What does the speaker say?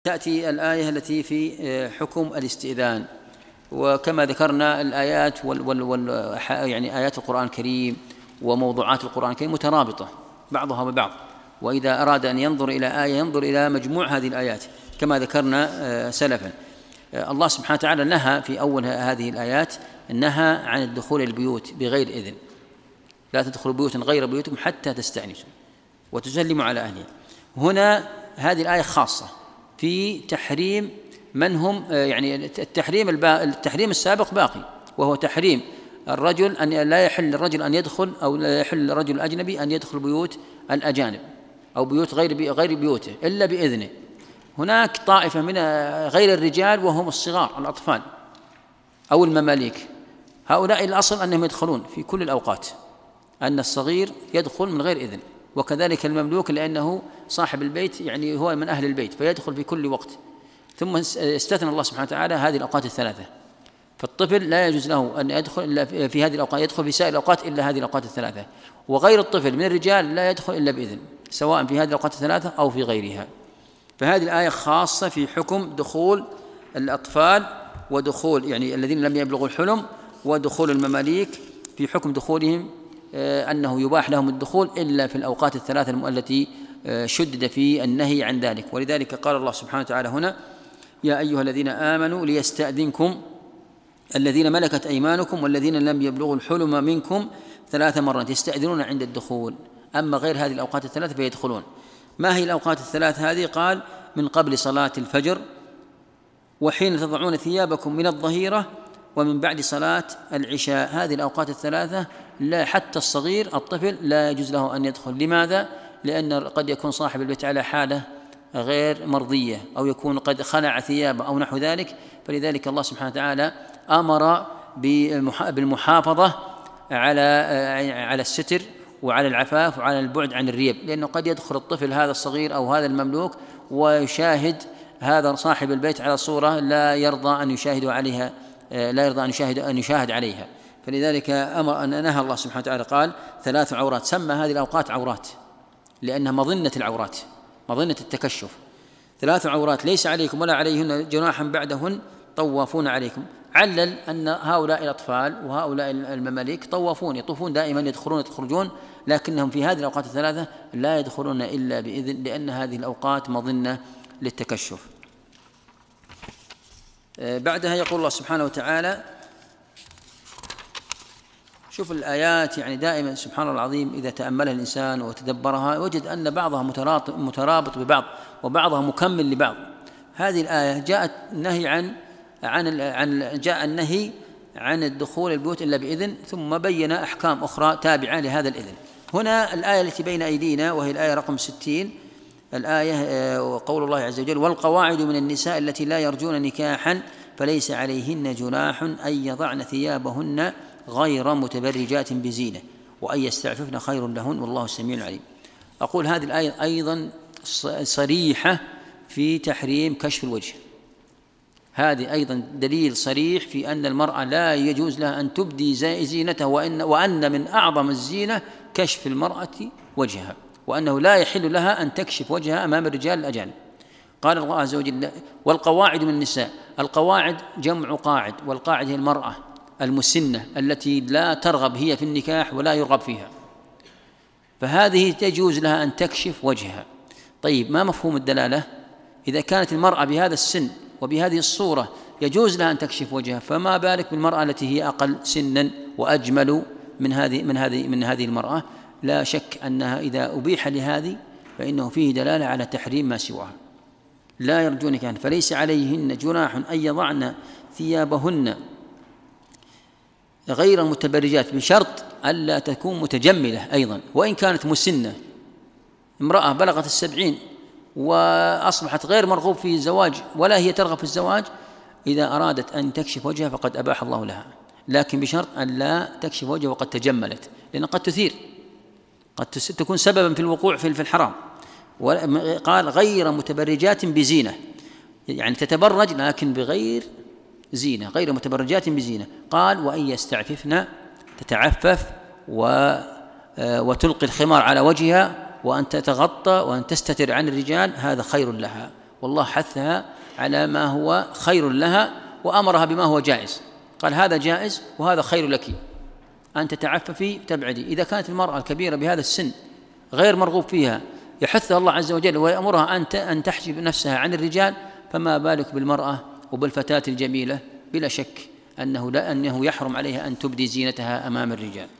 تأتي الآية التي في حكم الاستئذان. وكما ذكرنا الآيات يعني آيات القرآن الكريم وموضوعات القرآن الكريم مترابطة بعضها ببعض، وإذا أراد أن ينظر إلى آية ينظر إلى مجموع هذه الآيات كما ذكرنا سلفا. الله سبحانه وتعالى نهى في أول هذه الآيات نهى عن الدخول البيوت بغير إذن، لا تدخلوا بيوتا غير بيوتكم حتى تستأنسوا وتسلموا على أهلها. هنا هذه الآية خاصة في تحريم من هم يعني التحريم السابق باقي، وهو تحريم الرجل أن لا يحل للرجل أن يدخل أو لا يحل للرجل الأجنبي أن يدخل بيوت الأجانب أو بيوت غير بيوته إلا بإذنه. هناك طائفة من غير الرجال وهم الصغار الأطفال أو المماليك، هؤلاء الأصل أنهم يدخلون في كل الأوقات، أن الصغير يدخل من غير إذن، وكذلك المملوك لأنه صاحب البيت يعني هو من أهل البيت فيدخل في كل وقت. ثم استثنى الله سبحانه وتعالى هذه الأوقات الثلاثة، فالطفل لا يجوز له أن يدخل إلا في هذه الأوقات، يدخل في سائر الأوقات إلا هذه الأوقات الثلاثة، وغير الطفل من الرجال لا يدخل إلا بإذن سواء في هذه الأوقات الثلاثة أو في غيرها. فهذه الآية خاصة في حكم دخول الأطفال ودخول يعني الذين لم يبلغوا الحلم، ودخول المماليك في حكم دخولهم أنه يباح لهم الدخول إلا في الأوقات الثلاثة التي شدد في النهي عن ذلك. ولذلك قال الله سبحانه وتعالى هنا: يا أيها الذين آمنوا ليستأذنكم الذين ملكت أيمانكم والذين لم يبلغوا الحلم منكم 3 مرات يستأذنون عند الدخول. أما غير هذه الأوقات الثلاث فيدخلون. ما هي الأوقات الثلاث هذه؟ قال: من قبل صلاة الفجر، وحين تضعون ثيابكم من الظهيرة، ومن بعد صلاة العشاء. هذه الأوقات الثلاثة لا حتى الصغير الطفل لا يجوز له أن يدخل. لماذا؟ لأن قد يكون صاحب البيت على حالة غير مرضية أو يكون قد خلع ثيابه أو نحو ذلك، فلذلك الله سبحانه وتعالى أمر بالمحافظة على الستر وعلى العفاف وعلى البعد عن الريب، لأنه قد يدخل الطفل هذا الصغير أو هذا المملوك ويشاهد هذا صاحب البيت على صورة لا يرضى أن يشاهد عليها، لا يرضى أن يشاهد عليها. فلذلك أمر أن نهى الله سبحانه وتعالى قال 3 عورات، سمى هذه الأوقات عورات لأنها مظنة العورات، مظنة التكشف. 3 عورات ليس عليكم ولا عليهن جناح بعدهن طوافون عليكم. علل أن هؤلاء الأطفال وهؤلاء المماليك طوافون يطوفون دائما، يدخلون يخرجون، لكنهم في هذه الأوقات الثلاثة لا يدخلون إلا بإذن، لأن هذه الأوقات مظنة للتكشف. بعدها يقول الله سبحانه وتعالى، شوف الآيات يعني دائما سبحان الله العظيم إذا تأملها الإنسان وتدبرها وجد أن بعضها مترابط ببعض وبعضها مكمل لبعض. هذه الآية جاءت النهي جاء النهي عن الدخول البيوت إلا بإذن، ثم بين أحكام أخرى تابعة لهذا الإذن. هنا الآية التي بين أيدينا وهي الآية رقم 60، الآية وقول الله عز وجل: والقواعد من النساء التي لا يرجون نكاحا فليس عليهن جناح أن يضعن ثيابهن غير متبرجات بزينة وأن يستعففن خير لهن والله سميع عليم. أقول هذه الآية أيضا صريحة في تحريم كشف الوجه، هذه أيضا دليل صريح في أن المرأة لا يجوز لها أن تبدي زينتها، وأن من أعظم الزينة كشف المرأة وجهها، وأنه لا يحل لها أن تكشف وجهها أمام الرجال الأجانب. قال الله عز وجل: والقواعد من النساء. القواعد جمع قاعد، والقاعد هي المرأة المسنة التي لا ترغب هي في النكاح ولا يرغب فيها، فهذه تجوز لها أن تكشف وجهها. طيب، ما مفهوم الدلالة؟ إذا كانت المرأة بهذا السن وبهذه الصورة يجوز لها أن تكشف وجهها، فما بالك بالمرأة التي هي أقل سنا وأجمل من هذه المرأة؟ لا شك أنها إذا أبيح لهذه فإنه فيه دلالة على تحريم ما سواها. لا يرجون نكاحا فليس عليهن جناح أن يضعن ثيابهن غير متبرجات، بشرط ألا تكون متجملة أيضا، وإن كانت مسنة. امرأة بلغت 70 وأصبحت غير مرغوب في الزواج ولا هي ترغب في الزواج، إذا أرادت أن تكشف وجهها فقد أباح الله لها، لكن بشرط أن لا تكشف وجهها وقد تجملت، لأن قد تثير، قد تكون سببا في الوقوع في الحرام. قال غير متبرجات بزينة، يعني تتبرج لكن بغير زينة، غير متبرجات بزينة. قال وأن يستعففن، تتعفف وتلقي الخمار على وجهها وأن تتغطى وأن تستتر عن الرجال، هذا خير لها والله حثها على ما هو خير لها وأمرها بما هو جائز، قال هذا جائز وهذا خير لك أن تتعففي تبعدي. إذا كانت المرأة الكبيرة بهذا السن غير مرغوب فيها يحثها الله عز وجل ويأمرها أن تحجب نفسها عن الرجال، فما بالك بالمرأة وبالفتاة الجميلة؟ بلا شك أنه يحرم عليها أن تبدي زينتها أمام الرجال.